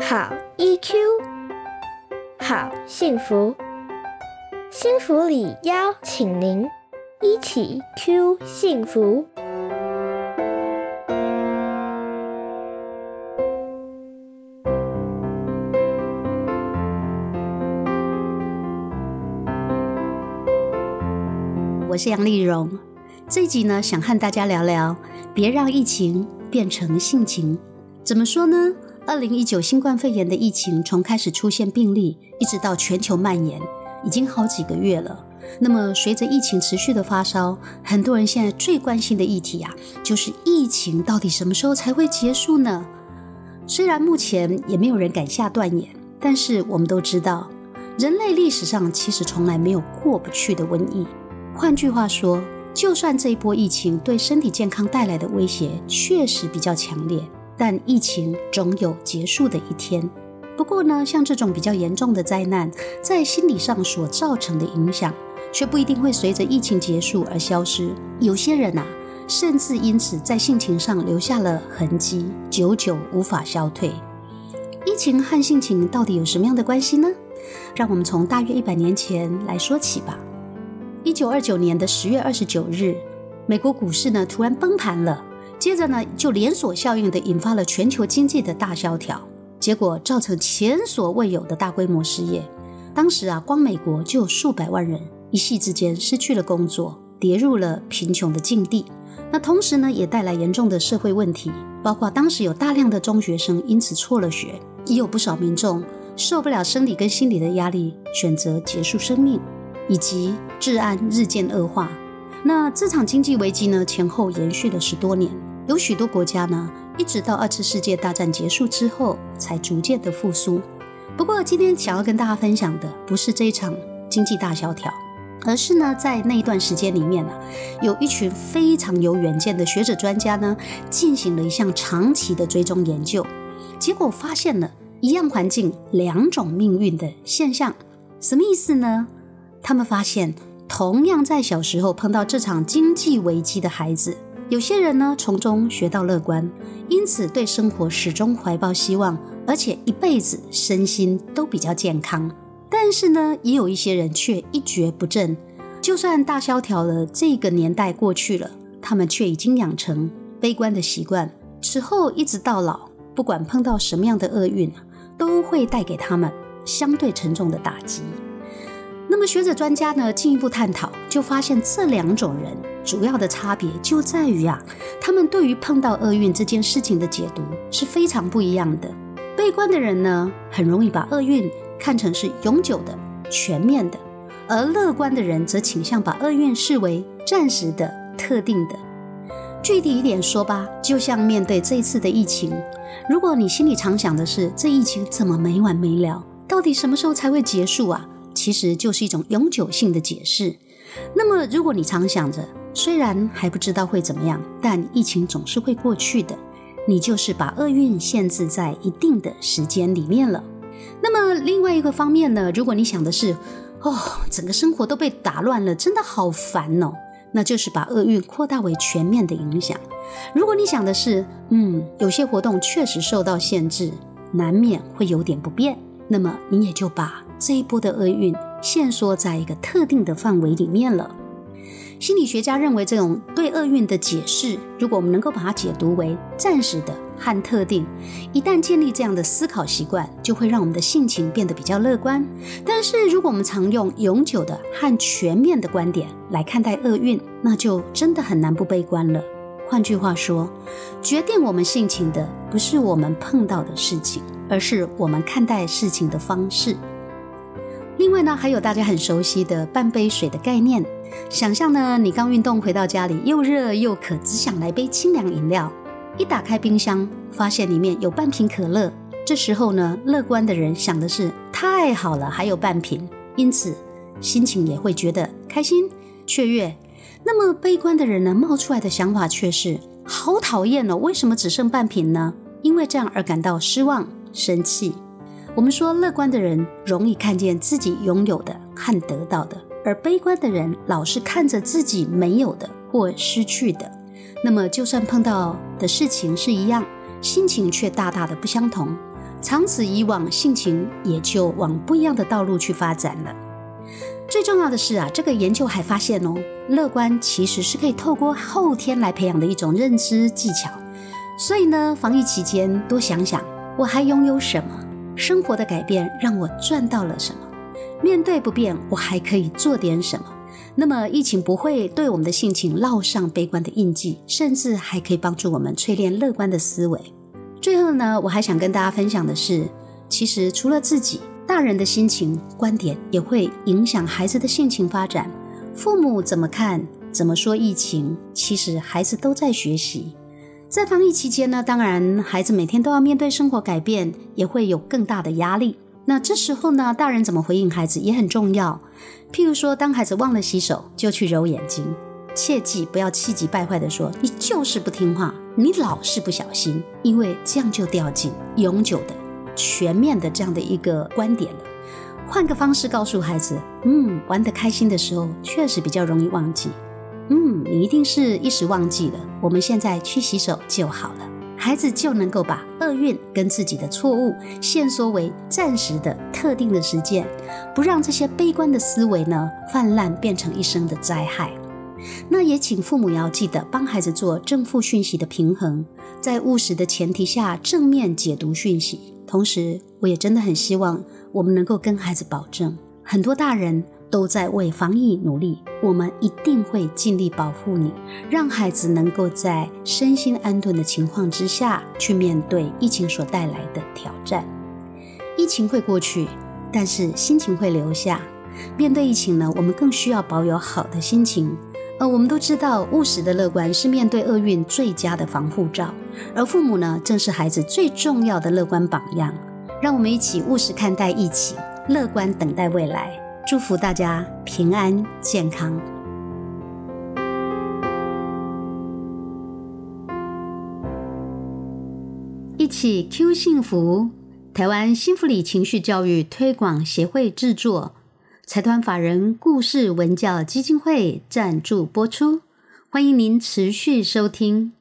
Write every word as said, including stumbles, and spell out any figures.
好 E Q， 好幸福，幸福里邀请您一起 Q 幸福。 我是杨丽蓉，这一集呢，想和大家聊聊，别让疫情变成性情。怎么说呢？二零一九新冠肺炎的疫情从开始出现病例，一直到全球蔓延，已经好几个月了。那么随着疫情持续的发烧，很多人现在最关心的议题啊，就是疫情到底什么时候才会结束呢？虽然目前也没有人敢下断言，但是我们都知道，人类历史上其实从来没有过不去的瘟疫。换句话说，就算这一波疫情对身体健康带来的威胁确实比较强烈，但疫情总有结束的一天。不过呢，像这种比较严重的灾难，在心理上所造成的影响，却不一定会随着疫情结束而消失。有些人啊，甚至因此在性情上留下了痕迹，久久无法消退。疫情和性情到底有什么样的关系呢？让我们从大约一百年前来说起吧。一九二九年的十月二十九日，美国股市呢突然崩盘了，接着呢就连锁效应的引发了全球经济的大萧条，结果造成前所未有的大规模失业。当时啊，光美国就有数百万人一夕之间失去了工作，跌入了贫穷的境地。那同时呢，也带来严重的社会问题，包括当时有大量的中学生因此辍了学，也有不少民众受不了生理跟心理的压力，选择结束生命，以及治安日渐恶化。那这场经济危机呢，前后延续了十多年，有许多国家呢，一直到二次世界大战结束之后，才逐渐的复苏。不过今天想要跟大家分享的，不是这一场经济大萧条，而是呢，在那一段时间里面啊，有一群非常有远见的学者专家呢，进行了一项长期的追踪研究，结果发现了一样环境两种命运的现象。什么意思呢？他们发现，同样在小时候碰到这场经济危机的孩子，有些人呢从中学到乐观，因此对生活始终怀抱希望，而且一辈子身心都比较健康。但是呢，也有一些人却一蹶不振，就算大萧条了，这个年代过去了，他们却已经养成悲观的习惯，此后一直到老，不管碰到什么样的厄运，都会带给他们相对沉重的打击。那么学者专家呢进一步探讨，就发现这两种人主要的差别就在于啊，他们对于碰到厄运这件事情的解读是非常不一样的。悲观的人呢，很容易把厄运看成是永久的、全面的，而乐观的人则倾向把厄运视为暂时的、特定的。具体一点说吧，就像面对这一次的疫情，如果你心里常想的是这疫情怎么没完没了，到底什么时候才会结束啊？其实就是一种永久性的解释。那么如果你常想着虽然还不知道会怎么样，但疫情总是会过去的，你就是把厄运限制在一定的时间里面了。那么另外一个方面呢，如果你想的是哦，整个生活都被打乱了，真的好烦哦，那就是把厄运扩大为全面的影响。如果你想的是嗯，有些活动确实受到限制，难免会有点不便，那么你也就把这一波的厄运限缩在一个特定的范围里面了。心理学家认为，这种对厄运的解释，如果我们能够把它解读为暂时的和特定，一旦建立这样的思考习惯，就会让我们的性情变得比较乐观。但是如果我们常用永久的和全面的观点来看待厄运，那就真的很难不悲观了。换句话说，决定我们性情的不是我们碰到的事情，而是我们看待事情的方式。另外呢，还有大家很熟悉的半杯水的概念。想象呢，你刚运动回到家里，又热又渴，只想来杯清凉饮料。一打开冰箱，发现里面有半瓶可乐。这时候呢，乐观的人想的是太好了，还有半瓶，因此心情也会觉得开心雀跃。那么悲观的人呢，冒出来的想法却是好讨厌哦，为什么只剩半瓶呢？因为这样而感到失望、生气。我们说乐观的人容易看见自己拥有的和得到的，而悲观的人老是看着自己没有的或失去的。那么就算碰到的事情是一样，心情却大大的不相同。 长此以往，性情也就往不一样的道路去发展了。最重要的是啊，这个研究还发现哦，乐观其实是可以透过后天来培养的一种认知技巧。所以呢，防疫期间多想想，我还拥有什么？生活的改变让我赚到了什么？面对不便，我还可以做点什么？那么疫情不会对我们的性情烙上悲观的印记，甚至还可以帮助我们淬炼乐观的思维。最后呢，我还想跟大家分享的是，其实除了自己，大人的心情观点也会影响孩子的性情发展。父母怎么看怎么说疫情，其实孩子都在学习。在防疫期间呢，当然孩子每天都要面对生活改变，也会有更大的压力。那这时候呢，大人怎么回应孩子也很重要。譬如说，当孩子忘了洗手，就去揉眼睛，切记不要气急败坏的说你就是不听话，你老是不小心，因为这样就掉进永久的全面的这样的一个观点了。换个方式告诉孩子，嗯，玩得开心的时候确实比较容易忘记，嗯，你一定是一时忘记了，我们现在去洗手就好了。孩子就能够把厄运跟自己的错误限缩为暂时的特定的事件，不让这些悲观的思维呢泛滥变成一生的灾害。那也请父母要记得帮孩子做正负讯息的平衡，在务实的前提下正面解读讯息。同时我也真的很希望我们能够跟孩子保证，很多大人都在为防疫努力，我们一定会尽力保护你，让孩子能够在身心安顿的情况之下去面对疫情所带来的挑战。疫情会过去，但是心情会留下。面对疫情呢，我们更需要保有好的心情。而我们都知道，务实的乐观是面对厄运最佳的防护罩，而父母呢，正是孩子最重要的乐观榜样。让我们一起务实看待疫情，乐观等待未来。祝福大家平安健康。一起 Q 幸福，台湾幸福里情绪教育推广协会制作，财团法人故事文教基金会赞助播出。欢迎您持续收听。